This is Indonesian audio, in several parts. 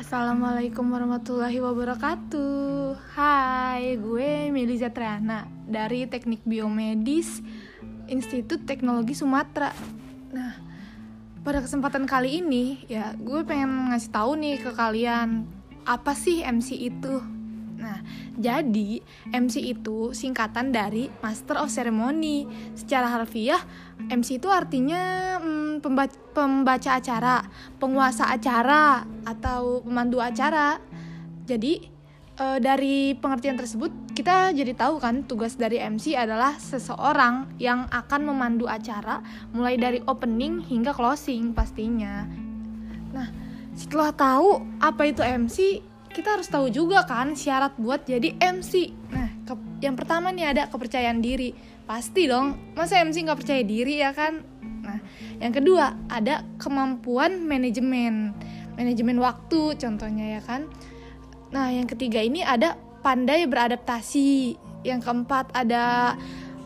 Assalamualaikum warahmatullahi wabarakatuh. Hai, gue Meliza Triana dari Teknik Biomedis Institut Teknologi Sumatera. Nah, pada kesempatan kali ini ya gue pengen ngasih tahu nih ke kalian apa sih MC itu. Nah, jadi MC itu singkatan dari Master of Ceremony. Secara harfiah, MC itu artinya pembaca acara, penguasa acara, atau pemandu acara. Jadi, dari pengertian tersebut, kita jadi tahu kan tugas dari MC adalah seseorang yang akan memandu acara mulai dari opening hingga closing pastinya. Nah, setelah tahu apa itu MC, kita harus tahu juga kan syarat buat jadi MC. Nah, yang pertama nih ada kepercayaan diri. Pasti dong, masa MC gak percaya diri ya kan? Nah, yang kedua ada kemampuan manajemen waktu contohnya ya kan. Nah, yang ketiga ini ada pandai beradaptasi. Yang keempat ada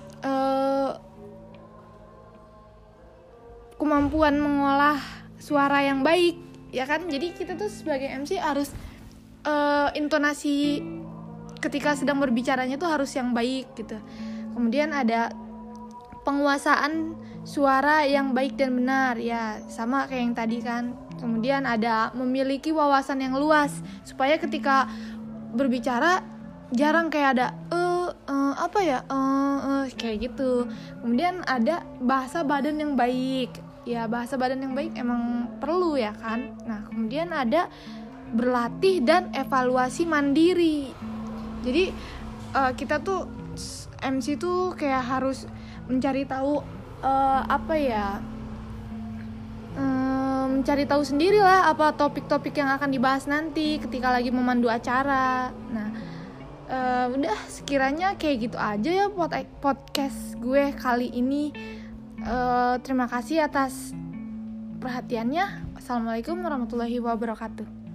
kemampuan mengolah suara yang baik ya kan. Jadi kita tuh sebagai MC harus intonasi ketika sedang berbicaranya tuh harus yang baik gitu. Kemudian ada penguasaan suara yang baik dan benar ya, sama kayak yang tadi kan. Kemudian ada memiliki wawasan yang luas supaya ketika berbicara jarang kayak ada kayak gitu. Kemudian ada bahasa badan yang baik. Ya, bahasa badan yang baik emang perlu ya kan. Nah, kemudian ada berlatih dan evaluasi mandiri. Jadi kita tuh MC tuh kayak harus mencari tahu mencari tahu sendiri lah apa topik-topik yang akan dibahas nanti ketika lagi memandu acara. Nah, udah sekiranya kayak gitu aja ya podcast gue kali ini. Terima kasih atas perhatiannya. Assalamualaikum warahmatullahi wabarakatuh.